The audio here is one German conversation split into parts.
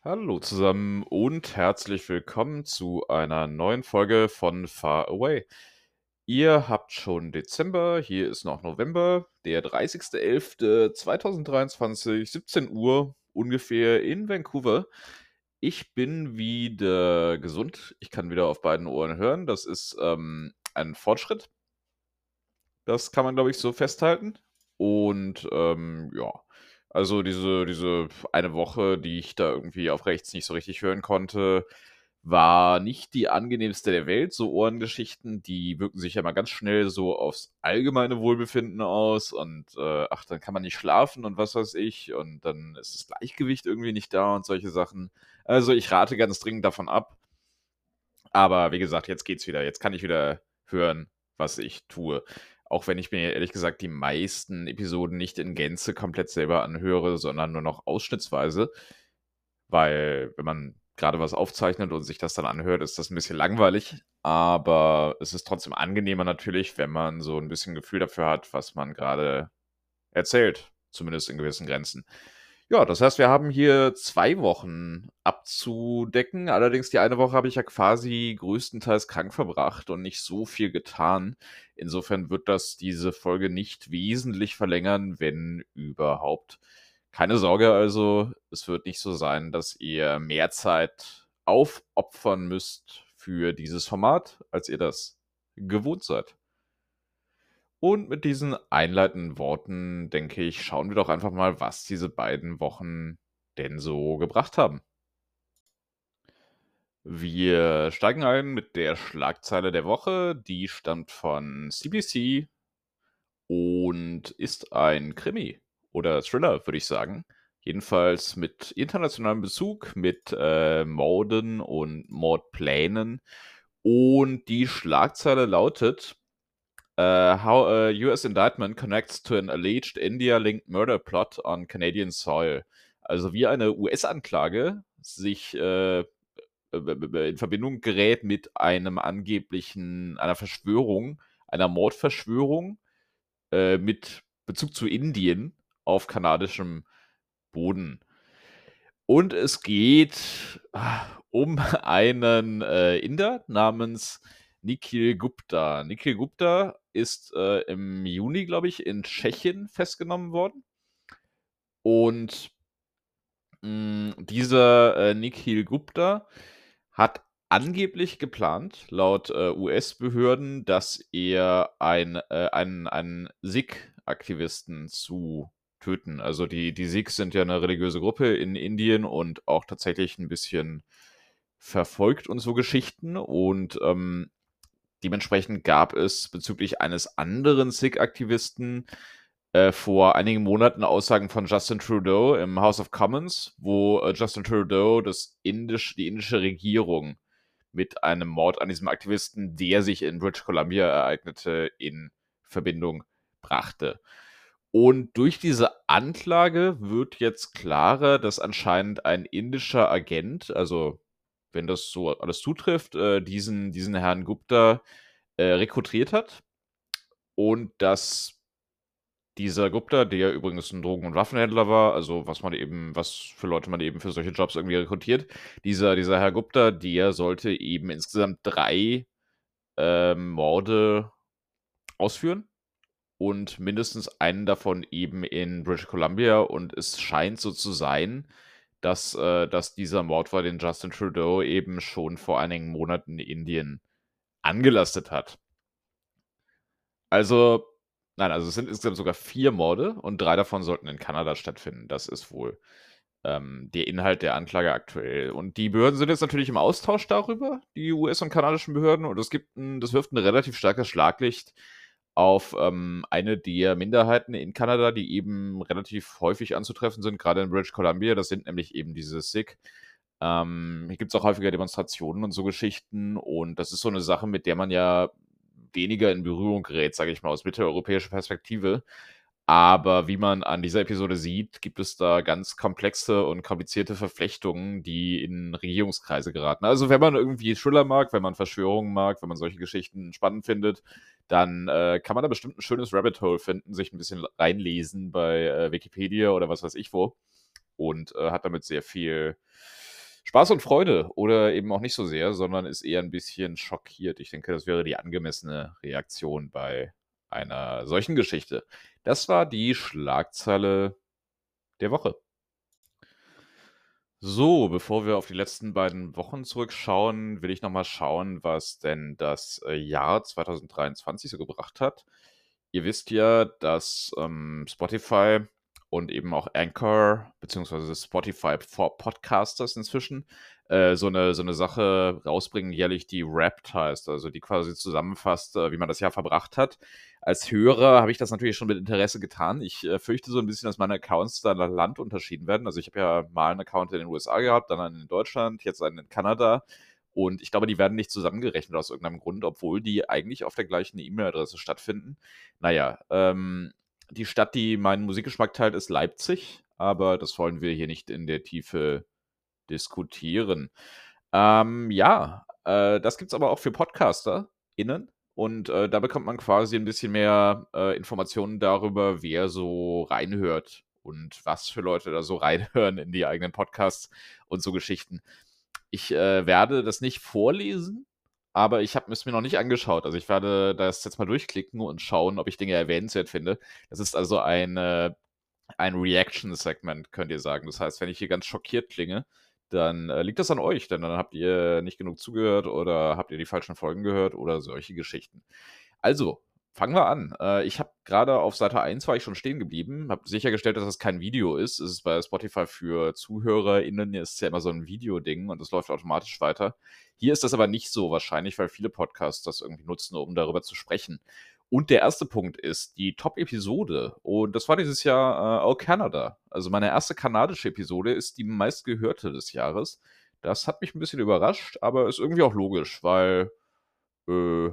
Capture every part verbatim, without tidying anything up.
Hallo zusammen und herzlich willkommen zu einer neuen Folge von Far Away. Ihr habt schon Dezember, hier ist noch November, der dreißigster elfter zweitausenddreiundzwanzig, siebzehn Uhr ungefähr in Vancouver. Ich bin wieder gesund, ich kann wieder auf beiden Ohren hören. Das ist ähm, ein Fortschritt. Das kann man, glaube ich, so festhalten. Und ähm, ja, also diese, diese eine Woche, die ich da irgendwie auf rechts nicht so richtig hören konnte, war nicht die angenehmste der Welt. So Ohrengeschichten, die wirken sich ja mal ganz schnell so aufs allgemeine Wohlbefinden aus und äh, ach, dann kann man nicht schlafen und was weiß ich und dann ist das Gleichgewicht irgendwie nicht da und solche Sachen. Also ich rate ganz dringend davon ab. Aber wie gesagt, jetzt geht's wieder. Jetzt kann ich wieder hören, was ich tue. Auch wenn ich mir ehrlich gesagt die meisten Episoden nicht in Gänze komplett selber anhöre, sondern nur noch ausschnittsweise. Weil, wenn man gerade was aufzeichnet und sich das dann anhört, ist das ein bisschen langweilig. Aber es ist trotzdem angenehmer natürlich, wenn man so ein bisschen Gefühl dafür hat, was man gerade erzählt. Zumindest in gewissen Grenzen. Ja, das heißt, wir haben hier zwei Wochen abzudecken. Allerdings die eine Woche habe ich ja quasi größtenteils krank verbracht und nicht so viel getan. Insofern wird das diese Folge nicht wesentlich verlängern, wenn überhaupt. Keine Sorge also, es wird nicht so sein, dass ihr mehr Zeit aufopfern müsst für dieses Format, als ihr das gewohnt seid. Und mit diesen einleitenden Worten, denke ich, schauen wir doch einfach mal, was diese beiden Wochen denn so gebracht haben. Wir steigen ein mit der Schlagzeile der Woche. Die stammt von C B C und ist ein Krimi oder Thriller, würde ich sagen. Jedenfalls mit internationalem Bezug, mit äh, Morden und Mordplänen. Und die Schlagzeile lautet: Uh, how a U S indictment connects to an alleged India-linked murder plot on Canadian soil. Also wie eine U S-Anklage sich äh, äh, in Verbindung gerät mit einem angeblichen, einer Verschwörung, einer Mordverschwörung äh, mit Bezug zu Indien auf kanadischem Boden. Und es geht ah, um einen äh, Inder namens Nikhil Gupta. Nikhil Gupta ist äh, im Juni, glaube ich, in Tschechien festgenommen worden. Und mh, dieser äh, Nikhil Gupta hat angeblich geplant, laut äh, U S-Behörden, dass er ein, äh, einen, einen Sikh-Aktivisten zu töten. Also die, die Sikhs sind ja eine religiöse Gruppe in Indien und auch tatsächlich ein bisschen verfolgt und so Geschichten. Und ähm, dementsprechend gab es bezüglich eines anderen Sikh-Aktivisten äh, vor einigen Monaten Aussagen von Justin Trudeau im House of Commons, wo äh, Justin Trudeau das indisch, die indische Regierung mit einem Mord an diesem Aktivisten, der sich in British Columbia ereignete, in Verbindung brachte. Und durch diese Anklage wird jetzt klarer, dass anscheinend ein indischer Agent, also wenn das so alles zutrifft, äh, diesen, diesen Herrn Gupta äh, rekrutiert hat und dass dieser Gupta, der übrigens ein Drogen- und Waffenhändler war, also was man eben, was für Leute man eben für solche Jobs irgendwie rekrutiert, dieser, dieser Herr Gupta, der sollte eben insgesamt drei ähm, Morde ausführen und mindestens einen davon eben in British Columbia. Und es scheint so zu sein, dass, äh, dass dieser Mordfall, den Justin Trudeau eben schon vor einigen Monaten in Indien angelastet hat. Also, nein, also es sind insgesamt sogar vier Morde und drei davon sollten in Kanada stattfinden. Das ist wohl ähm, der Inhalt der Anklage aktuell. Und die Behörden sind jetzt natürlich im Austausch darüber, die U S- und kanadischen Behörden. Und es gibt ein, das wirft ein relativ starkes Schlaglicht auf ähm, eine der Minderheiten in Kanada, die eben relativ häufig anzutreffen sind, gerade in British Columbia. Das sind nämlich eben diese Sikh. Ähm, hier gibt es auch häufiger Demonstrationen und so Geschichten. Und das ist so eine Sache, mit der man ja weniger in Berührung gerät, sage ich mal, aus mitteleuropäischer Perspektive. Aber wie man an dieser Episode sieht, gibt es da ganz komplexe und komplizierte Verflechtungen, die in Regierungskreise geraten. Also wenn man irgendwie Thriller mag, wenn man Verschwörungen mag, wenn man solche Geschichten spannend findet, dann äh, kann man da bestimmt ein schönes Rabbit Hole finden, sich ein bisschen reinlesen bei äh, Wikipedia oder was weiß ich wo und äh, hat damit sehr viel Spaß und Freude oder eben auch nicht so sehr, sondern ist eher 'n bisschen schockiert. Ich denke, das wäre die angemessene Reaktion bei einer solchen Geschichte. Das war die Schlagzeile der Woche. So, bevor wir auf die letzten beiden Wochen zurückschauen, will ich noch mal schauen, was denn das, äh, Jahr zweitausenddreiundzwanzig so gebracht hat. Ihr wisst ja, dass, ähm, Spotify und eben auch Anchor beziehungsweise Spotify for Podcasters inzwischen, äh, so 'ne so 'ne Sache rausbringen jährlich, die Wrapped heißt, also die quasi zusammenfasst, äh, wie man das Jahr verbracht hat. Als Hörer habe ich das natürlich schon mit Interesse getan. Ich, äh, fürchte so 'n bisschen, dass meine Accounts da nach Land unterschieden werden. Also, ich habe ja mal 'n Account in den U S A gehabt, dann einen in Deutschland, jetzt einen in Kanada. Und ich glaube, die werden nicht zusammengerechnet aus irgendeinem Grund, obwohl die eigentlich auf der gleichen E-Mail-Adresse stattfinden. Na ja, ähm, die Stadt, die meinen Musikgeschmack teilt, ist Leipzig, aber das wollen wir hier nicht in der Tiefe diskutieren. Ähm, ja, äh, das gibt's aber auch für PodcasterInnen und, äh, da bekommt man quasi 'n bisschen mehr, äh, Informationen darüber, wer so reinhört und was für Leute da so reinhören in die eigenen Podcasts und so Geschichten. Ich, äh, werde das nicht vorlesen, aber ich habe es mir noch nicht angeschaut. Also, ich werde das jetzt mal durchklicken und schauen, ob ich Dinge erwähnenswert finde. Das ist also ein, äh ein Reaction-Segment, könnt ihr sagen. Das heißt, wenn ich hier ganz schockiert klinge, dann, äh, liegt das an euch, denn dann habt ihr nicht genug zugehört oder habt ihr die falschen Folgen gehört oder solche Geschichten. Also, fangen wir an. Äh, ich habe grade auf Seite eins war ich schon stehen geblieben, habe sichergestellt, dass das kein Video ist. Es ist bei Spotify für ZuhörerInnen ist ja immer so 'n Videoding und das läuft automatisch weiter. Hier ist das aber nicht so wahrscheinlich, weil viele Podcasts das irgendwie nutzen, um darüber zu sprechen. Und der erste Punkt ist die Top-Episode und das war dieses Jahr, äh, „Oh Canada“. Also, meine erste kanadische Episode ist die meistgehörte des Jahres. Das hat mich 'n bisschen überrascht, aber ist irgendwie auch logisch, weil, äh,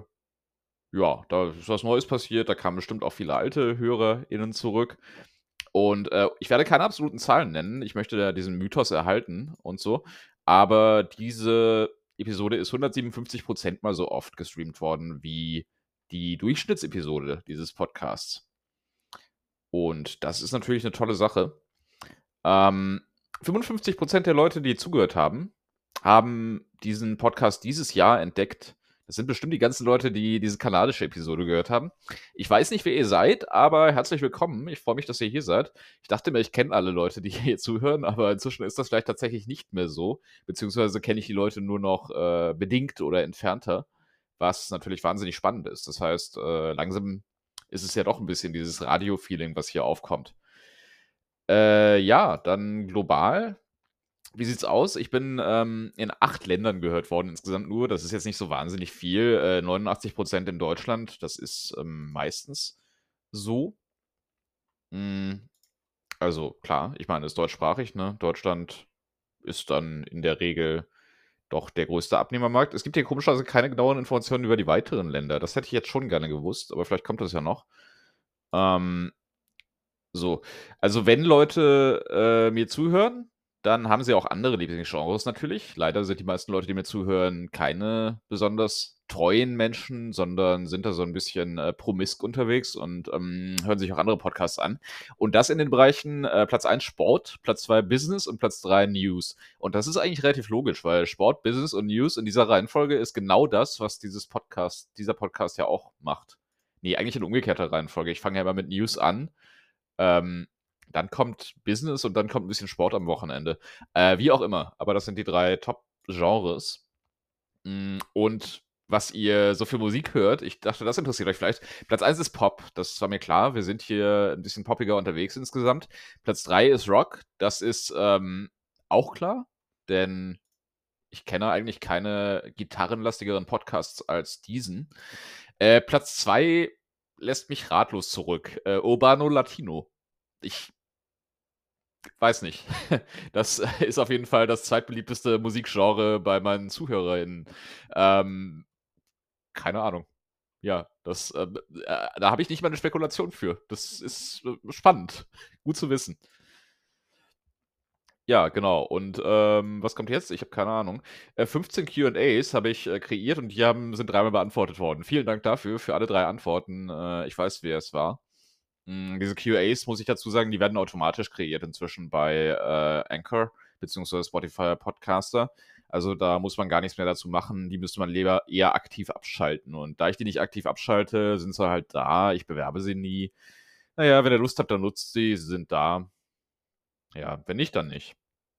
ja, da ist was Neues passiert, da kamen bestimmt auch viele alte HörerInnen zurück. Und, äh, ich werde keine absoluten Zahlen nennen. Ich möchte da diesen Mythos erhalten und so, aber diese Episode ist hundertsiebenundfünfzig Prozent mal so oft gestreamt worden wie die Durchschnittsepisode dieses Podcasts. Und das ist natürlich 'ne tolle Sache. Ähm, fünfundfünfzig Prozent der Leute, die zugehört haben, haben diesen Podcast dieses Jahr entdeckt. Das sind bestimmt die ganzen Leute, die diese kanadische Episode gehört haben. Ich weiß nicht, wer ihr seid, aber herzlich willkommen. Ich freue mich, dass ihr hier seid. Ich dachte mir, ich kenne alle Leute, die hier zuhören, aber inzwischen ist das vielleicht tatsächlich nicht mehr so, beziehungsweise kenne ich die Leute nur noch, äh, bedingt oder entfernter, was natürlich wahnsinnig spannend ist. Das heißt, äh, langsam ist es ja doch 'n bisschen dieses Radio-Feeling, was hier aufkommt. Äh, ja, dann global. Wie sieht's aus? Ich bin, ähm, in acht Ländern gehört worden insgesamt nur. Das ist jetzt nicht so wahnsinnig viel. Äh, neunundachtzig Prozent in Deutschland. Das ist, ähm, meistens so. Hm, also klar, ich meine, ist deutschsprachig, ne? Deutschland ist dann in der Regel doch der größte Abnehmermarkt. Es gibt hier komischerweise keine genauen Informationen über die weiteren Länder. Das hätte ich jetzt schon gerne gewusst, aber vielleicht kommt das ja noch. Ähm so, also wenn Leute, äh, mir zuhören, dann haben sie auch andere Lieblingsgenres natürlich. Leider sind die meisten Leute, die mir zuhören, keine besonders treuen Menschen, sondern sind da so 'n bisschen, äh, promisk unterwegs und, ähm, hören sich auch andere Podcasts an. Und das in den Bereichen, äh, Platz eins Sport, Platz zwei Business und Platz drei News. Und das ist eigentlich relativ logisch, weil Sport, Business und News in dieser Reihenfolge ist genau das, was dieses Podcast dieser Podcast ja auch macht. Ne, eigentlich in umgekehrter Reihenfolge. Ich fange ja immer mit News an, ähm, dann kommt Business und dann kommt 'n bisschen Sport am Wochenende. Äh, wie auch immer, aber das sind die drei Top-Genres. Hm, und was ihr so für Musik hört, ich dachte, das interessiert euch vielleicht. Platz eins ist Pop, das war mir klar. Wir sind hier 'n bisschen poppiger unterwegs insgesamt. Platz drei ist Rock. Das ist, ähm, auch klar, denn ich kenne eigentlich keine gitarrenlastigeren Podcasts als diesen. Äh, Platz zwei lässt mich ratlos zurück. Äh, Urbano Latino. Ich weiß nicht. Das ist auf jeden Fall das zweitbeliebteste Musikgenre bei meinen ZuhörerInnen. Ähm, keine Ahnung. Ja, das, äh, äh da habe ich nicht mal 'ne Spekulation für. Das ist, äh, spannend. Gut zu wissen. Ja, genau. Und, ähm, was kommt jetzt? Ich habe keine Ahnung. Äh, fünfzehn Q&As habe ich, äh, kreiert und die haben sind dreimal beantwortet worden. Vielen Dank dafür, für alle drei Antworten. Äh, ich weiß, wer es war. Hm, diese Q&As, muss ich dazu sagen, die werden automatisch kreiert inzwischen bei, äh, Anchor. beziehungsweise Spotify Podcaster. Also da muss man gar nichts mehr dazu machen. Die müsste man lieber eher aktiv abschalten. Und da ich die nicht aktiv abschalte, sind sie halt da. Ich bewerbe sie nie. Naja, wenn ihr Lust habt, dann nutzt sie. Sie sind da. Ja, wenn nicht, dann nicht.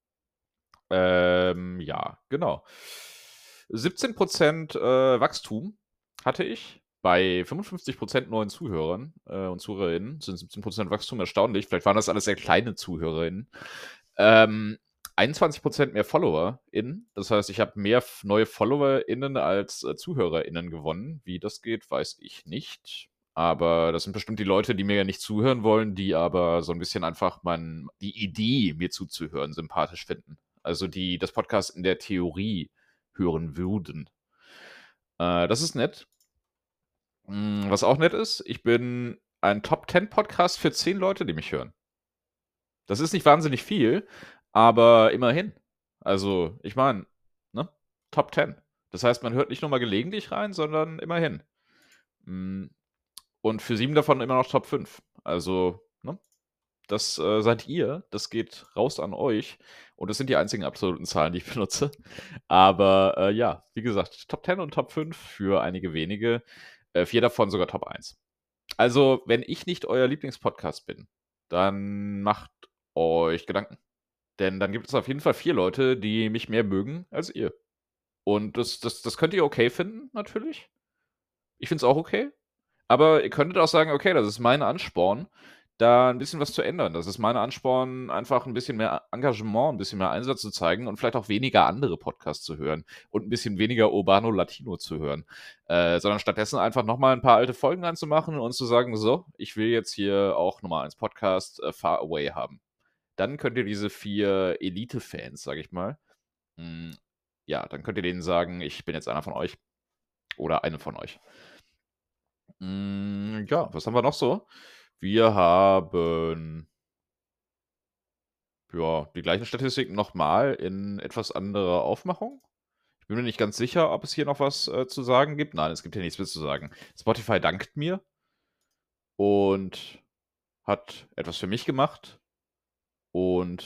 Ähm, ja, genau. siebzehn Prozent äh, Wachstum hatte ich. Bei fünfundfünfzig Prozent neuen Zuhörern äh, und Zuhörerinnen sind siebzehn Prozent Wachstum erstaunlich. Vielleicht waren das alles sehr kleine Zuhörerinnen. Ähm, einundzwanzig Prozent mehr FollowerInnen. Das heißt, ich habe mehr f- neue FollowerInnen als äh, ZuhörerInnen gewonnen. Wie das geht, weiß ich nicht. Aber das sind bestimmt die Leute, die mir ja nicht zuhören wollen, die aber so ein bisschen einfach mein, die Idee, mir zuzuhören, sympathisch finden. Also die das Podcast in der Theorie hören würden. Äh, das ist nett. Mm, Was auch nett ist, ich bin ein Top zehn Podcast für zehn Leute, die mich hören. Das ist nicht wahnsinnig viel, aber immerhin. Also, ich meine, ne? Top zehn. Das heißt, man hört nicht nur mal gelegentlich rein, sondern immerhin. Mm, Und für sieben davon immer noch Top fünf. Also, ne? Das äh, seid ihr. Das geht raus an euch. Und das sind die einzigen absoluten Zahlen, die ich benutze. Aber äh, ja, wie gesagt, Top zehn und Top fünf für einige wenige. Äh, vier davon sogar Top eins. Also, wenn ich nicht euer Lieblingspodcast bin, dann macht euch Gedanken. Denn dann gibt es auf jeden Fall vier Leute, die mich mehr mögen als ihr. Und das, das, das könnt ihr okay finden, natürlich. Ich finde es auch okay. Aber ihr könntet auch sagen, okay, das ist mein Ansporn, da ein bisschen was zu ändern. Das ist mein Ansporn, einfach ein bisschen mehr Engagement, ein bisschen mehr Einsatz zu zeigen und vielleicht auch weniger andere Podcasts zu hören und ein bisschen weniger Urbano Latino zu hören. Äh, sondern stattdessen einfach nochmal ein paar alte Folgen anzumachen und zu sagen, so, ich will jetzt hier auch Nummer eins Podcast äh, Far Away haben. Dann könnt ihr diese vier Elite-Fans, sag ich mal, hm, ja, dann könnt ihr denen sagen, ich bin jetzt einer von euch oder eine von euch. Hm, ja, was haben wir noch so? Wir haben ja, die gleichen Statistiken nochmal in etwas anderer Aufmachung. Ich bin mir nicht ganz sicher, ob es hier noch was äh, zu sagen gibt. Nein, es gibt hier nichts mehr zu sagen. Spotify dankt mir und hat etwas für mich gemacht und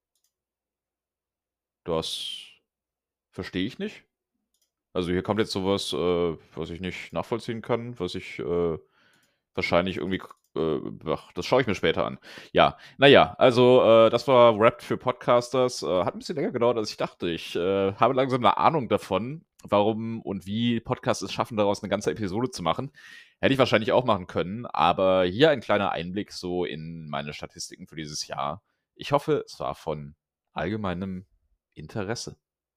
das verstehe ich nicht. Also hier kommt jetzt sowas, äh, was ich nicht nachvollziehen kann, was ich äh, wahrscheinlich irgendwie, äh, ach, das schaue ich mir später an. Ja, naja, also äh, das war Wrapped für Podcasters. Äh, hat ein bisschen länger gedauert, als ich dachte. Ich äh, habe langsam eine Ahnung davon, warum und wie Podcasts es schaffen, daraus eine ganze Episode zu machen. Hätte ich wahrscheinlich auch machen können, aber hier ein kleiner Einblick so in meine Statistiken für dieses Jahr. Ich hoffe, es war von allgemeinem Interesse.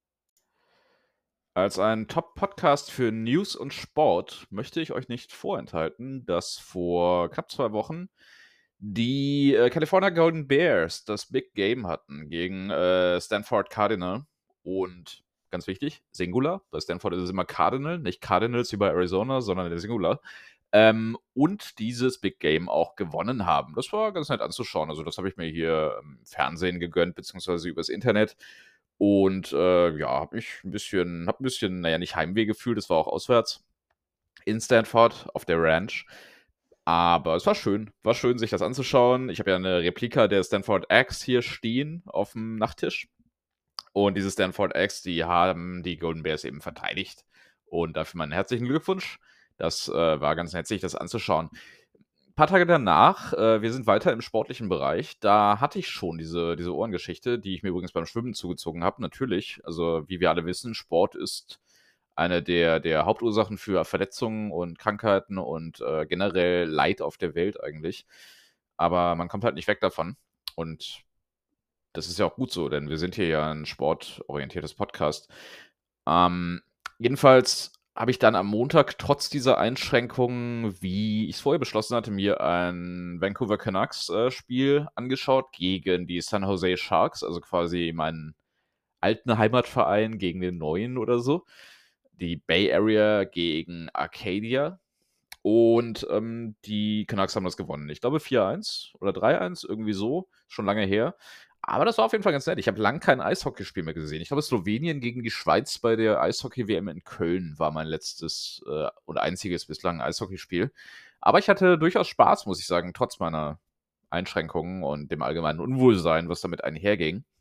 Als ein Top-Podcast für News und Sport möchte ich euch nicht vorenthalten, dass vor knapp zwei Wochen die äh, California Golden Bears das Big Game hatten gegen äh, Stanford Cardinal. Und ganz wichtig, Singular. Bei Stanford ist es immer Cardinal, nicht Cardinals wie bei Arizona, sondern der Singular. Ähm, und dieses Big Game auch gewonnen haben. Das war ganz nett anzuschauen. Also, das habe ich mir hier im Fernsehen gegönnt, beziehungsweise übers Internet. Und äh, ja, habe mich ein bisschen, habe ein bisschen, naja, nicht Heimweh gefühlt. Es war auch auswärts in Stanford auf der Ranch. Aber es war schön. War schön, sich das anzuschauen. Ich habe ja eine Replika der Stanford Axe hier stehen auf dem Nachttisch. Und diese Stanford Axe, die haben die Golden Bears eben verteidigt. Und dafür meinen herzlichen Glückwunsch. Das äh, war ganz nett, sich das anzuschauen. Ein paar Tage danach, äh, wir sind weiter im sportlichen Bereich, da hatte ich schon diese, diese Ohrengeschichte, die ich mir übrigens beim Schwimmen zugezogen habe. Natürlich, also wie wir alle wissen, Sport ist eine der, der Hauptursachen für Verletzungen und Krankheiten und äh, generell Leid auf der Welt eigentlich. Aber man kommt halt nicht weg davon. Und das ist ja auch gut so, denn wir sind hier ja ein sportorientiertes Podcast. Ähm, Jedenfalls habe ich dann am Montag trotz dieser Einschränkungen, wie ich es vorher beschlossen hatte, mir ein Vancouver Canucks äh, Spiel angeschaut gegen die San Jose Sharks, also quasi meinen alten Heimatverein gegen den neuen oder so. Die Bay Area gegen Arcadia. Und ähm, die Canucks haben das gewonnen. Ich glaube vier eins oder drei eins, irgendwie so. Schon lange her. Aber das war auf jeden Fall ganz nett. Ich habe lange kein Eishockeyspiel mehr gesehen. Ich glaube, Slowenien gegen die Schweiz bei der Eishockey-W M in Köln war mein letztes äh, und einziges bislang Eishockeyspiel. Aber ich hatte durchaus Spaß, muss ich sagen, trotz meiner Einschränkungen und dem allgemeinen Unwohlsein, was damit einherging.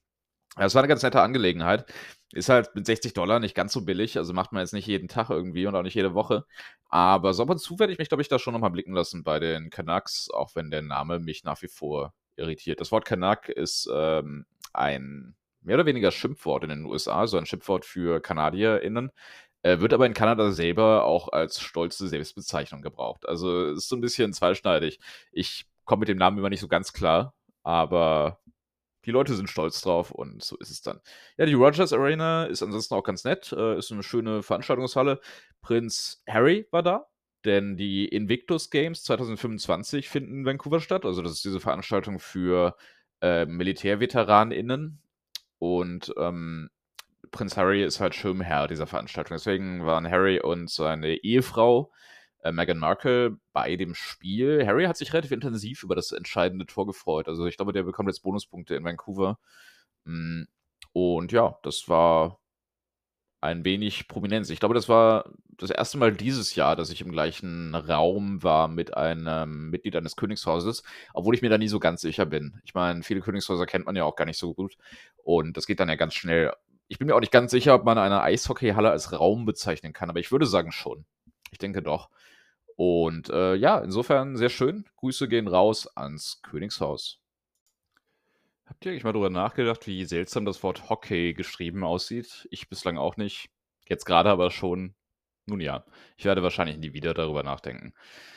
Ja, das war 'ne ganz nette Angelegenheit. Ist halt mit sechzig Dollar nicht ganz so billig, also macht man jetzt nicht jeden Tag irgendwie und auch nicht jede Woche. Aber so ab und zu werde ich mich, glaube ich, da schon noch mal blicken lassen bei den Canucks, auch wenn der Name mich nach wie vor irritiert. Das Wort Canuck ist, ähm, ein mehr oder weniger Schimpfwort in den U S A, so ein Schimpfwort für KanadierInnen, äh, wird aber in Kanada selber auch als stolze Selbstbezeichnung gebraucht. Also, ist so 'n bisschen zweischneidig. Ich komme mit dem Namen immer nicht so ganz klar, aber die Leute sind stolz drauf und so ist es dann. Ja, die Rogers Arena ist ansonsten auch ganz nett, äh, ist 'ne schöne Veranstaltungshalle. Prinz Harry war da, denn die Invictus Games zweitausendfünfundzwanzig finden in Vancouver statt. Also, das ist diese Veranstaltung für, äh, MilitärveteranInnen und, ähm, Prinz Harry ist halt Schirmherr dieser Veranstaltung. Deswegen waren Harry und seine Ehefrau, äh, Meghan Markle bei dem Spiel. Harry hat sich relativ intensiv über das entscheidende Tor gefreut. Also, ich glaube, der bekommt jetzt Bonuspunkte in Vancouver. Hm, und ja, das war ein wenig Prominenz. Ich glaube, das war das erste Mal dieses Jahr, dass ich im gleichen Raum war mit einem Mitglied eines Königshauses, obwohl ich mir da nie so ganz sicher bin. Ich meine, viele Königshäuser kennt man ja auch gar nicht so gut und das geht dann ja ganz schnell. Ich bin mir auch nicht ganz sicher, ob man eine Eishockeyhalle als Raum bezeichnen kann, aber ich würde sagen schon. Ich denke doch. Und, äh, ja, insofern sehr schön. Grüße gehen raus ans Königshaus. Habt ihr eigentlich mal drüber nachgedacht, wie seltsam das Wort Hockey geschrieben aussieht? Ich bislang auch nicht. Jetzt gerade aber schon. Nun ja, ich werde wahrscheinlich nie wieder darüber nachdenken.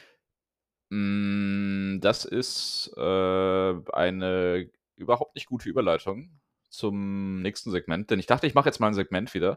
Hm, das ist, äh, eine überhaupt nicht gute Überleitung zum nächsten Segment, denn ich dachte, ich mache jetzt mal 'n Segment wieder.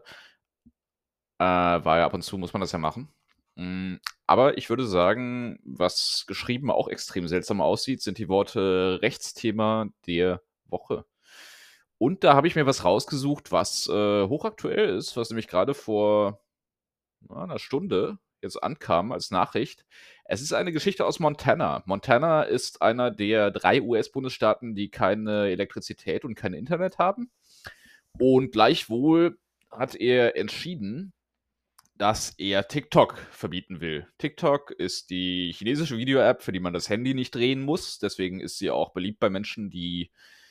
Äh, weil ab und zu muss man das ja machen. Hm, aber ich würde sagen, was geschrieben auch extrem seltsam aussieht, sind die Worte Rechtsthema der Woche. Und da habe ich mir was rausgesucht, was, äh, hochaktuell ist, was nämlich grade vor, na, 'ner Stunde jetzt ankam als Nachricht. Es ist eine Geschichte aus Montana. Montana ist einer der drei U S-Bundesstaaten, die keine Elektrizität und kein Internet haben. Und gleichwohl hat er entschieden, dass er TikTok verbieten will. TikTok ist die chinesische Video-App, für die man das Handy nicht drehen muss. Deswegen ist sie auch beliebt bei Menschen, die,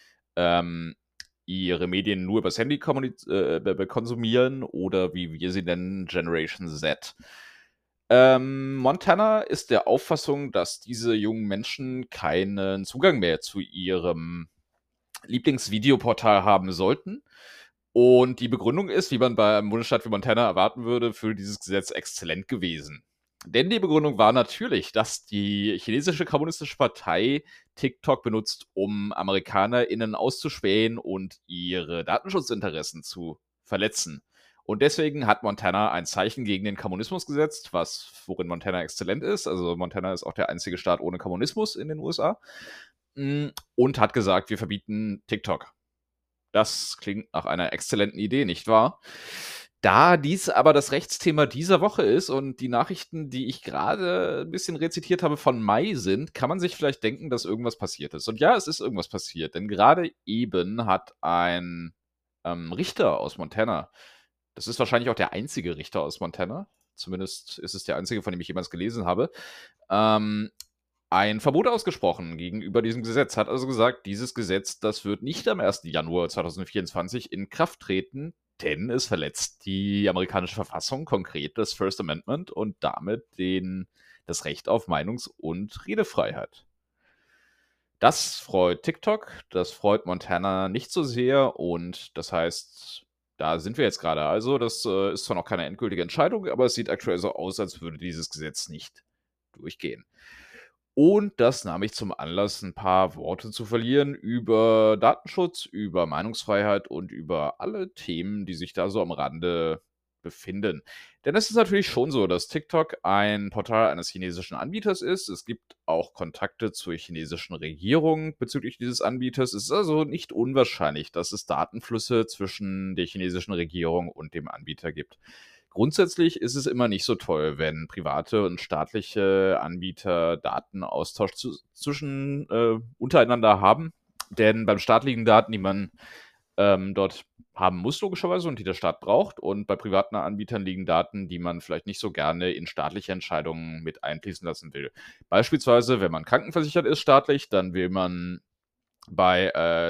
ähm, ihre Medien nur übers Handy kommuniz äh, be be konsumieren oder wie wir sie nennen, Generation Z. Ähm, Montana ist der Auffassung, dass diese jungen Menschen keinen Zugang mehr zu ihrem Lieblingsvideoportal haben sollten. Und die Begründung ist, wie man bei einem Bundesstaat wie Montana erwarten würde, für dieses Gesetz exzellent gewesen. Denn die Begründung war natürlich, dass die chinesische Kommunistische Partei TikTok benutzt, um AmerikanerInnen auszuspähen und ihre Datenschutzinteressen zu verletzen. Und deswegen hat Montana ein Zeichen gegen den Kommunismus gesetzt, was worin Montana exzellent ist. Also, Montana ist auch der einzige Staat ohne Kommunismus in den U S A. Hm, und hat gesagt: „Wir verbieten TikTok.“ Das klingt nach einer exzellenten Idee, nicht wahr? Da dies aber das Rechtsthema dieser Woche ist und die Nachrichten, die ich grade 'n bisschen rezitiert habe, von Mai sind, kann man sich vielleicht denken, dass irgendwas passiert ist. Und ja, es ist irgendwas passiert, denn gerade eben hat ein, ähm, Richter aus Montana das ist wahrscheinlich auch der einzige Richter aus Montana, zumindest ist es der einzige, von dem ich jemals gelesen habe, ähm, ein Verbot ausgesprochen gegenüber diesem Gesetz. Hat also gesagt, dieses Gesetz, das wird nicht am ersten Januar zweitausendvierundzwanzig in Kraft treten, denn es verletzt die amerikanische Verfassung, konkret das First Amendment und damit den das Recht auf Meinungs und Redefreiheit. Das freut TikTok, das freut Montana nicht so sehr und das heißt, da sind wir jetzt grade. Also, das, äh, ist zwar noch keine endgültige Entscheidung, aber es sieht aktuell so aus, als würde dieses Gesetz nicht durchgehen. Und das nahm ich zum Anlass, 'n paar Worte zu verlieren über Datenschutz, über Meinungsfreiheit und über alle Themen, die sich da so am Rande befinden. Denn es ist natürlich schon so, dass TikTok ein Portal eines chinesischen Anbieters ist. Es gibt auch Kontakte zur chinesischen Regierung bezüglich dieses Anbieters. Es ist also nicht unwahrscheinlich, dass es Datenflüsse zwischen der chinesischen Regierung und dem Anbieter gibt. Grundsätzlich ist es immer nicht so toll, wenn private und staatliche Anbieter Datenaustausch zu zwischen äh, untereinander haben, denn beim Staat liegen Daten, die man, ähm, dort haben muss logischerweise und die der Staat braucht und bei privaten Anbietern liegen Daten, die man vielleicht nicht so gerne in staatliche Entscheidungen mit einfließen lassen will. Beispielsweise, wenn man krankenversichert ist staatlich, dann will man bei, äh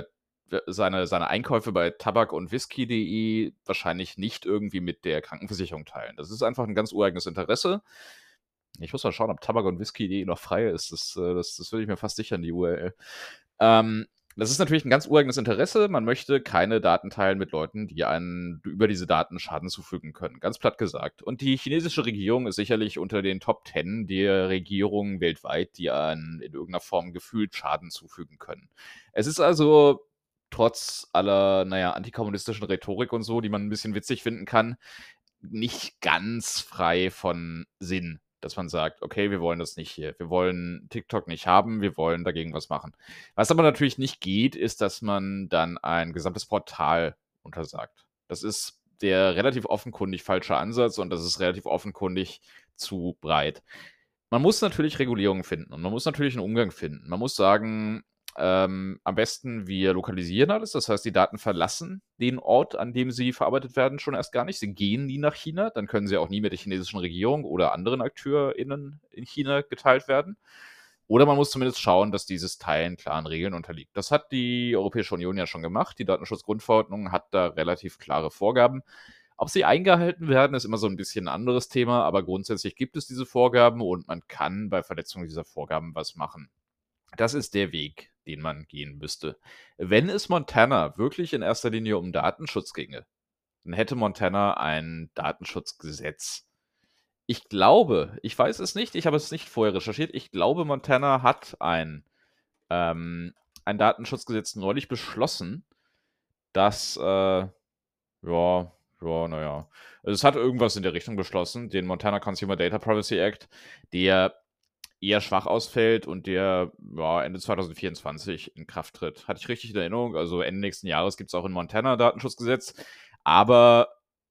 w seine seine Einkäufe bei tabak und whisky punkt de wahrscheinlich nicht irgendwie mit der Krankenversicherung teilen. Das ist einfach 'n ganz ureigenes Interesse. Ich muss mal schauen, ob tabak und whisky punkt de noch frei ist. Das, äh das das würde ich mir fast sichern, die U R L. Ähm, das ist natürlich 'n ganz ureigenes Interesse. Man möchte keine Daten teilen mit Leuten, die einen über diese Daten Schaden zufügen können, ganz platt gesagt. Und die chinesische Regierung ist sicherlich unter den Top zehn der Regierungen weltweit, die einen in irgend 'ner Form gefühlt Schaden zufügen können. Es ist also trotz aller, na ja, antikommunistischen Rhetorik und so, die man 'n bisschen witzig finden kann, nicht ganz frei von Sinn, dass man sagt: „Okay, wir wollen das nicht hier. Wir wollen TikTok nicht haben. Wir wollen dagegen was machen.“ Was aber natürlich nicht geht, ist, dass man dann ein gesamtes Portal untersagt. Das ist der relativ offenkundig falsche Ansatz und das ist relativ offenkundig zu breit. Man muss natürlich Regulierungen finden und man muss natürlich 'n Umgang finden. Man muss sagen, ähm, am besten wir lokalisieren alles. Das heißt, die Daten verlassen den Ort, an dem sie verarbeitet werden, schon erst gar nicht. Sie gehen nie nach China, dann können sie auch nie mit der chinesischen Regierung oder anderen AkteurInnen in China geteilt werden. Oder man muss zumindest schauen, dass dieses Teilen klaren Regeln unterliegt. Das hat die Europäische Union ja schon gemacht. Die Datenschutzgrundverordnung hat da relativ klare Vorgaben. Ob sie eingehalten werden, ist immer so 'n bisschen 'n anderes Thema, aber grundsätzlich gibt es diese Vorgaben und man kann bei Verletzung dieser Vorgaben was machen. Das ist der Weg, den man gehen müsste. Wenn es Montana wirklich in erster Linie um Datenschutz ginge, dann hätte Montana ein Datenschutzgesetz. Ich glaube ich weiß es nicht, ich habe es nicht vorher recherchiert. Ich glaube, Montana hat ein ähm, ein Datenschutzgesetz neulich beschlossen, das, äh ja, ja, na ja. Es hat irgendwas in der Richtung beschlossen, den Montana Consumer Data Privacy Act, der eher schwach ausfällt und der, ja, Ende zwanzig vierundzwanzig in Kraft tritt. Hatte ich richtig in Erinnerung? Also, Ende nächsten Jahres gibt's auch in Montana Datenschutzgesetz, aber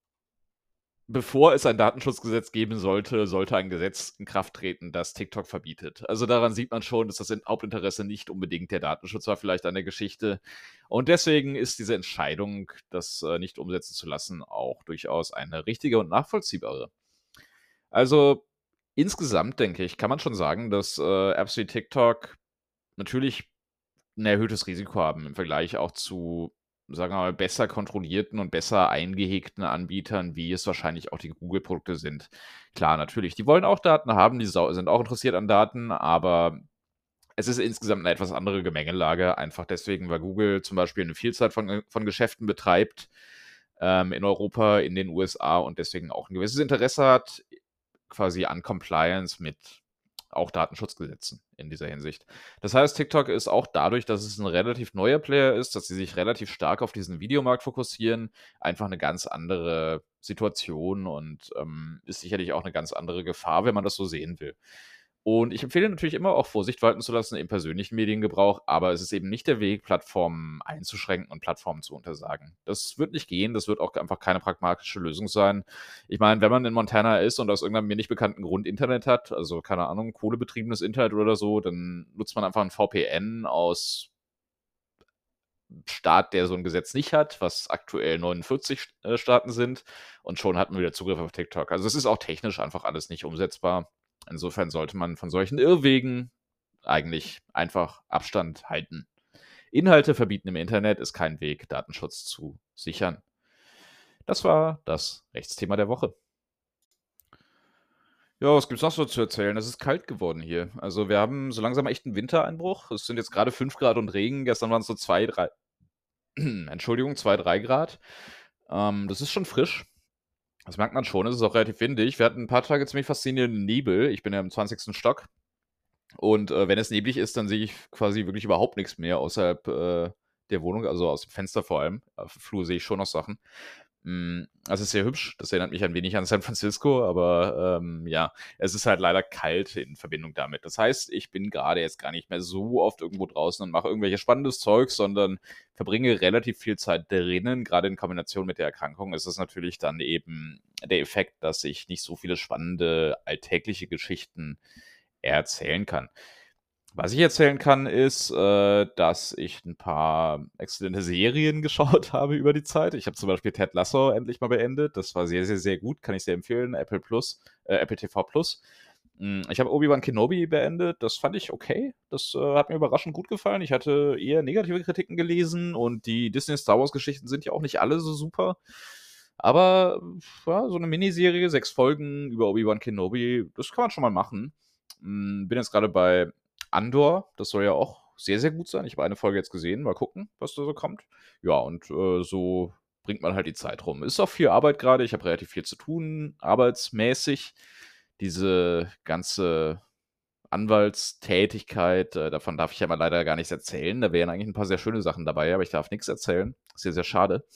bevor es ein Datenschutzgesetz geben sollte, sollte ein Gesetz in Kraft treten, das TikTok verbietet. Also, daran sieht man schon, dass das in Hauptinteresse nicht unbedingt der Datenschutz war vielleicht an der Geschichte. Und deswegen ist diese Entscheidung, das, äh, nicht umsetzen zu lassen, auch durchaus eine richtige und nachvollziehbare. Also, insgesamt denke ich, kann man schon sagen, dass, äh, Apps wie TikTok natürlich 'n erhöhtes Risiko haben im Vergleich auch zu, sagen wir mal, besser kontrollierten und besser eingehegten Anbietern, wie es wahrscheinlich auch die Google-Produkte sind. Klar, natürlich, die wollen auch Daten haben, die sau sind auch interessiert an Daten, aber es ist insgesamt 'ne etwas andere Gemengelage, einfach deswegen, weil Google zum Beispiel 'ne Vielzahl von Ge von Geschäften betreibt, ähm, in Europa, in den U S A und deswegen auch 'n gewisses Interesse hat, quasi an Compliance mit auch Datenschutzgesetzen in dieser Hinsicht. Das heißt, TikTok ist auch dadurch, dass es 'n relativ neuer Player ist, dass sie sich relativ stark auf diesen Videomarkt fokussieren, einfach 'ne ganz andere Situation und, ähm, ist sicherlich auch 'ne ganz andere Gefahr, wenn man das so sehen will. Und ich empfehle natürlich immer auch Vorsicht walten zu lassen im persönlichen Mediengebrauch, aber es ist eben nicht der Weg, Plattformen einzuschränken und Plattformen zu untersagen. Das wird nicht gehen, das wird auch einfach keine pragmatische Lösung sein. Ich meine, wenn man in Montana ist und aus irgendeinem mir nicht bekannten Grund Internet hat, also, keine Ahnung, kohlebetriebenes Internet oder so, dann nutzt man einfach 'n V P N aus Staat, der so 'n Gesetz nicht hat, was aktuell neunundvierzig St äh, Staaten sind und schon hat man wieder Zugriff auf TikTok. Also, es ist auch technisch einfach alles nicht umsetzbar. Insofern sollte man von solchen Irrwegen eigentlich einfach Abstand halten. Inhalte verbieten im Internet ist kein Weg, Datenschutz zu sichern. Das war das Rechtsthema der Woche. Ja, was gibt's noch so zu erzählen? Es ist kalt geworden hier. Also, wir haben so langsam echt 'n Wintereinbruch. Es sind jetzt grade fünf Grad und Regen. Gestern waren's so zwei, drei Entschuldigung, zwei, drei Grad. Ähm, das ist schon frisch. Das merkt man schon. Es ist auch relativ windig. Wir hatten 'n paar Tage ziemlich faszinierenden Nebel. Ich bin ja im zwanzigsten Stock. Und, äh, wenn es neblig ist, dann sehe ich quasi wirklich überhaupt nix mehr außerhalb, äh, der Wohnung, also, aus'm Fenster vor allem. Auf'm Flur sehe ich schon noch Sachen. Hm, das ist sehr hübsch. Das erinnert mich ein wenig an San Francisco, aber, ähm, ja, es ist halt leider kalt in Verbindung damit. Das heißt, ich bin grade jetzt gar nicht mehr so oft irgendwo draußen und mache irgendwelches spannendes Zeugs, sondern verbringe relativ viel Zeit drinnen. Grade in Kombination mit der Erkrankung ist es natürlich dann eben der Effekt, dass ich nicht so viele spannende alltägliche Geschichten erzählen kann. Was ich erzählen kann, ist, äh, dass ich 'n paar exzellente Serien geschaut habe über die Zeit. Ich habe zum Beispiel Ted Lasso endlich mal beendet. Das war sehr, sehr, sehr gut, kann ich sehr empfehlen. Apple Plus äh, Apple TV Plus. Hm, ich habe Obi-Wan Kenobi beendet. Das fand ich okay. Das, äh, hat mir überraschend gut gefallen. Ich hatte eher negative Kritiken gelesen und die Disney-Star-Wars-Geschichten sind ja auch nicht alle so super. Aber ja, so 'ne Miniserie, sechs Folgen über Obi-Wan Kenobi, das kann man schon mal machen. Hm, bin jetzt grade bei Andor. Das soll ja auch sehr, sehr gut sein. Ich habe eine Folge jetzt gesehen. Mal gucken, was da so kommt. Ja, und, äh, so bringt man halt die Zeit rum. Ist auch viel Arbeit grade. Ich habe relativ viel zu tun, arbeitsmäßig. Diese ganze Anwaltstätigkeit, äh, davon darf ich aber leider gar nichts erzählen. Da wären eigentlich 'n paar sehr schöne Sachen dabei, aber ich darf nix erzählen. Sehr, sehr schade.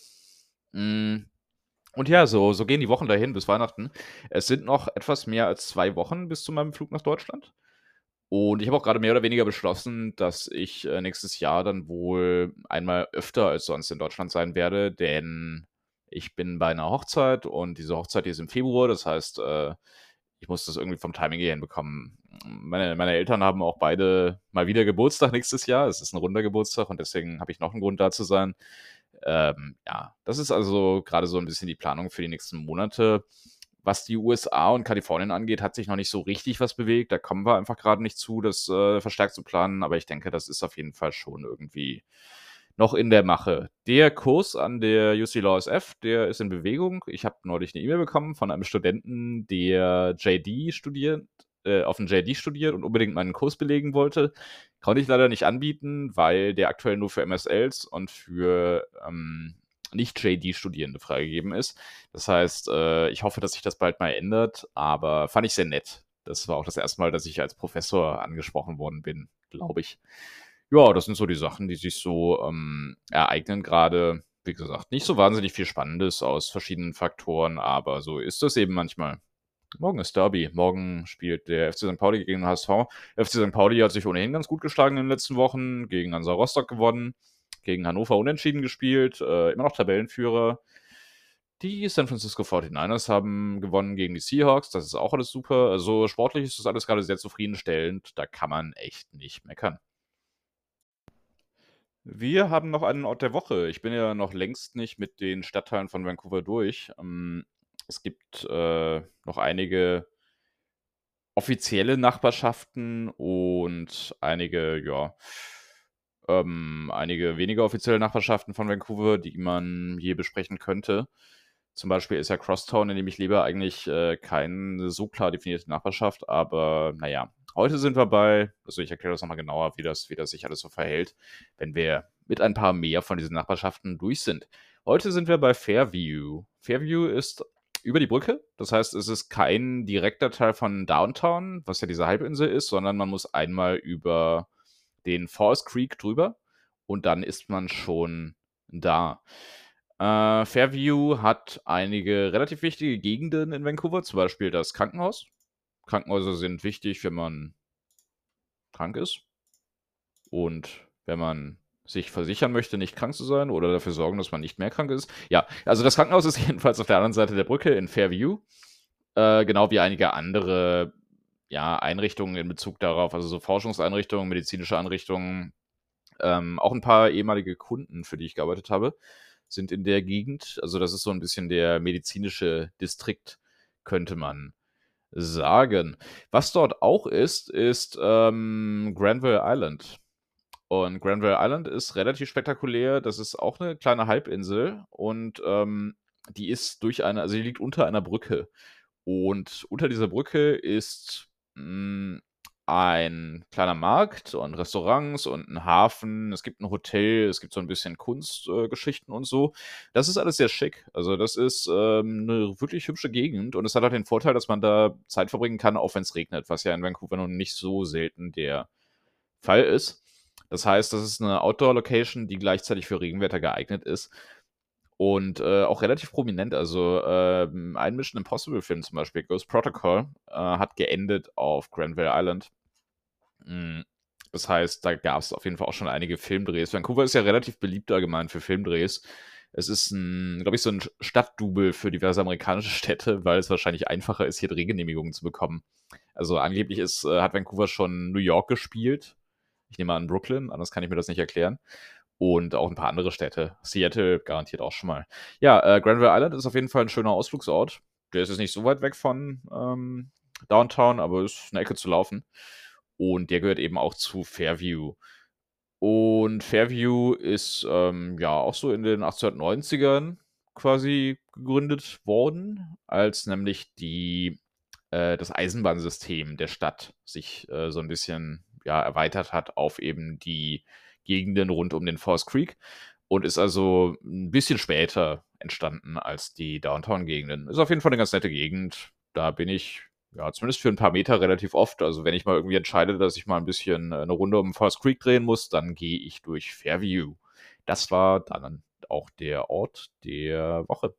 Hm, und ja, so so gehen die Wochen dahin bis Weihnachten. Es sind noch etwas mehr als zwei Wochen bis zu meinem Flug nach Deutschland. Und ich habe auch grade mehr oder weniger beschlossen, dass ich, äh, nächstes Jahr dann wohl einmal öfter als sonst in Deutschland sein werde, denn ich bin bei 'ner Hochzeit und diese Hochzeit, die ist im Februar. Das heißt, äh, ich muss das irgendwie vom Timing her hinbekommen. Meine meine Eltern haben auch beide mal wieder Geburtstag nächstes Jahr. Es ist 'n runder Geburtstag und deswegen habe ich noch 'n Grund, da zu sein. Ähm, ja, das ist also grade so 'n bisschen die Planung für die nächsten Monate. Was die U S A und Kalifornien angeht, hat sich noch nicht so richtig was bewegt. Da kommen wir einfach grade nicht zu, das, äh, verstärkt zu planen, aber ich denke, das ist auf jeden Fall schon irgendwie noch in der Mache. Der Kurs an der U C Law S F, der ist in Bewegung. Ich habe neulich 'ne E-Mail bekommen von einem Studenten, der J D studiert äh, auf 'n J D studiert und unbedingt meinen Kurs belegen wollte. Konnte ich leider nicht anbieten, weil der aktuell nur für M S Ls und für, ähm, Nicht-J D-Studierende freigegeben ist. Das heißt, äh, ich hoffe, dass sich das bald mal ändert, aber fand ich sehr nett. Das war auch das erste Mal, dass ich als Professor angesprochen worden bin, glaube ich. Ja, das sind so die Sachen, die sich so, ähm, ereignen grade. Wie gesagt, nicht so wahnsinnig viel Spannendes aus verschiedenen Faktoren, aber so ist das eben manchmal. Morgen ist Derby. Morgen spielt der F C Sankt Pauli gegen den H S V. F C Sankt Pauli hat sich ohnehin ganz gut geschlagen in den letzten Wochen, gegen Hansa Rostock gewonnen, gegen Hannover unentschieden gespielt, äh, immer noch Tabellenführer. Die San Francisco Forty-Niners haben gewonnen gegen die Seahawks. Das ist auch alles super. Also, sportlich ist das alles grade sehr zufriedenstellend. Da kann man echt nicht meckern. Wir haben noch einen Ort der Woche. Ich bin ja noch längst nicht mit den Stadtteilen von Vancouver durch. Ähm, es gibt, äh, noch einige offizielle Nachbarschaften und einige, ja ähm, einige weniger offizielle Nachbarschaften von Vancouver, die man hier besprechen könnte. Zum Beispiel ist ja Crosstown, in dem ich lebe, eigentlich, äh, keine so klar definierte Nachbarschaft, aber na ja. Heute sind wir bei also, ich erkläre das noch mal genauer, wie das wie das sich alles so verhält, wenn wir mit ein paar mehr von diesen Nachbarschaften durch sind. Heute sind wir bei Fairview. Fairview ist über die Brücke. Das heißt, es ist kein direkter Teil von Downtown, was ja diese Halbinsel ist, sondern man muss einmal über den False Creek drüber und dann ist man schon da. Äh, Fairview hat einige relativ wichtige Gegenden in Vancouver, zum Beispiel das Krankenhaus. Krankenhäuser sind wichtig, wenn man krank ist. Und wenn man sich versichern möchte, nicht krank zu sein oder dafür sorgen, dass man nicht mehr krank ist. Ja, also, das Krankenhaus ist jedenfalls auf der anderen Seite der Brücke in Fairview, äh, genau wie einige andere, ja, Einrichtungen in Bezug darauf, also, so Forschungseinrichtungen, medizinische Einrichtungen. Ähm, auch 'n paar ehemalige Kunden, für die ich gearbeitet habe, sind in der Gegend. Also, das ist so 'n bisschen der medizinische Distrikt, könnte man sagen. Was dort auch ist, ist, ähm, Granville Island. Und Granville Island ist relativ spektakulär. Das ist auch 'ne kleine Halbinsel und, ähm, die ist durch eine also, die liegt unter einer Brücke. Und unter dieser Brücke ist, hm, ein kleiner Markt und Restaurants und 'n Hafen. Es gibt 'n Hotel, es gibt so 'n bisschen Kunst äh, Geschichten und so. Das ist alles sehr schick. Also, das ist, ähm, 'ne wirklich hübsche Gegend und es hat auch den Vorteil, dass man da Zeit verbringen kann, auch wenn's regnet, was ja in Vancouver nun nicht so selten der Fall ist. Das heißt, das ist 'ne Outdoor-Location, die gleichzeitig für Regenwetter geeignet ist und, äh, auch relativ prominent. Also, ähm, ein Mission Impossible-Film zum Beispiel, Ghost Protocol, äh, hat geendet auf Granville Island. Hm, das heißt, da gab's auf jeden Fall auch schon einige Filmdrehs. Vancouver ist ja relativ beliebt allgemein für Filmdrehs. Es ist 'n glaube ich, so 'n St Stadtdouble für diverse amerikanische Städte, weil es wahrscheinlich einfacher ist, hier Drehgenehmigungen zu bekommen. Also, angeblich ist äh, hat Vancouver schon New York gespielt. Ich nehme an Brooklyn, anders kann ich mir das nicht erklären. Und auch 'n paar andere Städte. Seattle garantiert auch schon mal. Ja, äh, Granville Island ist auf jeden Fall 'n schöner Ausflugsort. Der ist jetzt nicht so weit weg von, ähm, Downtown, aber ist 'ne Ecke zu laufen. Und der gehört eben auch zu Fairview. Und Fairview ist, ähm, ja, auch so in den achtzehnhundertneunzigern quasi gegründet worden, als nämlich die äh, das Eisenbahnsystem der Stadt sich, äh, so 'n bisschen, ja, erweitert hat auf eben die Gegenden rund um den Falls Creek und ist also 'n bisschen später entstanden als die Downtown-Gegenden. Ist auf jeden Fall 'ne ganz nette Gegend. Da bin ich, ja, zumindest für 'n paar Meter relativ oft. Also, wenn ich mal irgendwie entscheide, dass ich mal 'n bisschen, äh, 'ne Runde um Falls Creek drehen muss, dann gehe ich durch Fairview. Das war dann auch der Ort der Woche.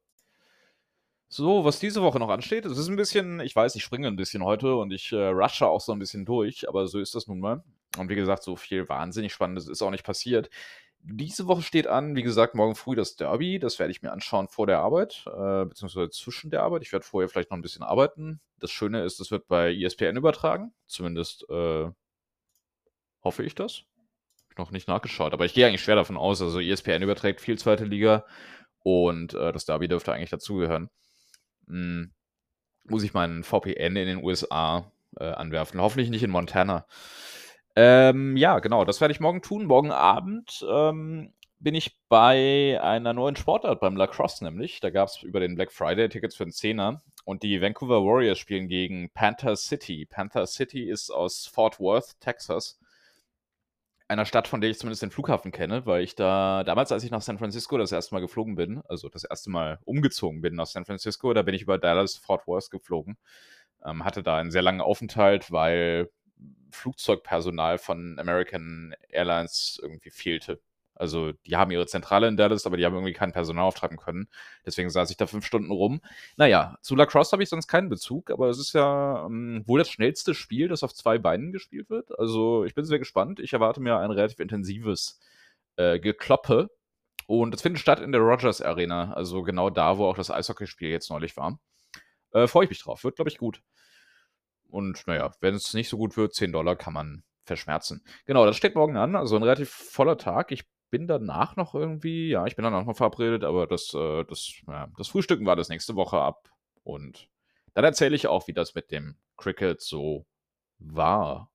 So, was diese Woche noch ansteht, es ist 'n bisschen ich weiß, ich springe 'n bisschen heute und ich, äh, rushe auch so 'n bisschen durch, aber so ist das nun mal. Und wie gesagt, so viel wahnsinnig Spannendes ist auch nicht passiert. Diese Woche steht an, wie gesagt, morgen früh das Derby. Das werde ich mir anschauen vor der Arbeit, äh, beziehungsweise zwischen der Arbeit. Ich werde vorher vielleicht noch 'n bisschen arbeiten. Das Schöne ist, es wird bei E S P N übertragen, zumindest, äh hoffe ich das. Noch nicht nachgeschaut, aber ich gehe eigentlich schwer davon aus. Also, E S P N überträgt viel zweite Liga und, äh, das Derby dürfte eigentlich dazugehören. Hm, muss ich meinen V P N in den U S A, äh, anwerfen. Hoffentlich nicht in Montana. Ähm, ja, genau, das werde ich morgen tun. Morgen Abend, ähm, bin ich bei einer neuen Sportart, beim Lacrosse nämlich. Da gab's über den Black Friday Tickets für 'n Zehner und die Vancouver Warriors spielen gegen Panther City. Panther City ist aus Fort Worth, Texas einer Stadt, von der ich zumindest den Flughafen kenne, weil ich da damals, als ich nach San Francisco das erste Mal geflogen bin also, das erste Mal umgezogen bin nach San Francisco, da bin ich über Dallas Fort Worth geflogen. Ähm, hatte da einen sehr langen Aufenthalt, weil Flugzeugpersonal von American Airlines irgendwie fehlte. Also, die haben ihre Zentrale in Dallas, aber die haben irgendwie kein Personal auftreiben können. Deswegen saß ich da fünf Stunden rum. Na ja, zu Lacrosse habe ich sonst keinen Bezug, aber es ist ja, hm, wohl das schnellste Spiel, das auf zwei Beinen gespielt wird. Also, ich bin sehr gespannt. Ich erwarte mir ein relativ intensives, äh, Gekloppe und das findet statt in der Rogers Arena, also genau da, wo auch das Eishockeyspiel jetzt neulich war. Äh, freue ich mich drauf. Wird, glaube ich, gut. Und na ja, wenn es nicht so gut wird, zehn Dollar kann man verschmerzen. Genau, das steht morgen an, also 'n relativ voller Tag. Ich bin danach noch irgendwie ja, ich bin danach noch verabredet, aber das, äh das ja, das Frühstücken war das nächste Woche ab. Und dann erzähle ich auch, wie das mit dem Cricket so war.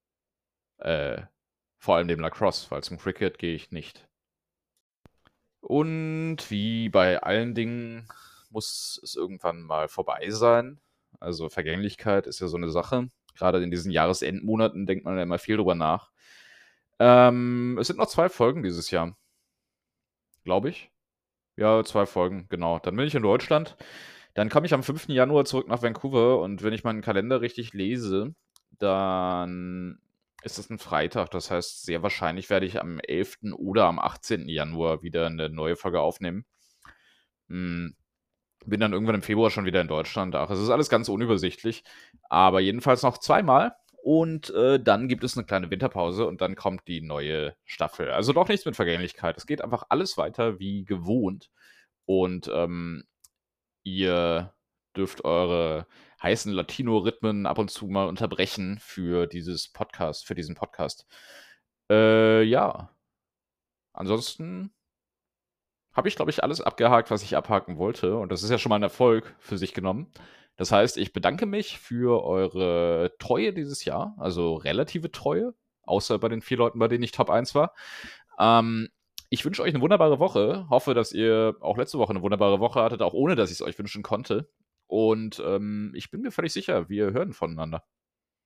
Äh, vor allem dem Lacrosse, weil zum Cricket gehe ich nicht. Und wie bei allen Dingen muss es irgendwann mal vorbei sein. Also, Vergänglichkeit ist ja so 'ne Sache. Grade in diesen Jahresendmonaten denkt man ja immer viel drüber nach. Ähm, es sind noch zwei Folgen dieses Jahr. Glaube ich. Ja, zwei Folgen, genau. Dann bin ich in Deutschland. Dann komme ich am fünften Januar zurück nach Vancouver und wenn ich meinen Kalender richtig lese, dann ist das 'n Freitag. Das heißt, sehr wahrscheinlich werde ich am elften oder am achtzehnten Januar wieder 'ne neue Folge aufnehmen. Hm, bin dann irgendwann im Februar schon wieder in Deutschland. Ach, es ist alles ganz unübersichtlich, aber jedenfalls noch zweimal und, äh, dann gibt es 'ne kleine Winterpause und dann kommt die neue Staffel. Also, doch nichts mit Vergänglichkeit. Es geht einfach alles weiter wie gewohnt und, ähm, ihr dürft eure heißen Latino-Rhythmen ab und zu mal unterbrechen für dieses Podcast für diesen Podcast. Äh, ja. Ansonsten habe ich, glaube ich, alles abgehakt, was ich abhaken wollte und das ist ja schon mal 'n Erfolg für sich genommen. Das heißt, ich bedanke mich für eure Treue dieses Jahr, also relative Treue, außer bei den vier Leuten, bei denen ich Top eins war. Ähm, ich wünsche euch 'ne wunderbare Woche, hoffe, dass ihr auch letzte Woche 'ne wunderbare Woche hattet, auch ohne dass ich's euch wünschen konnte. Und, ähm, ich bin mir völlig sicher, wir hören voneinander.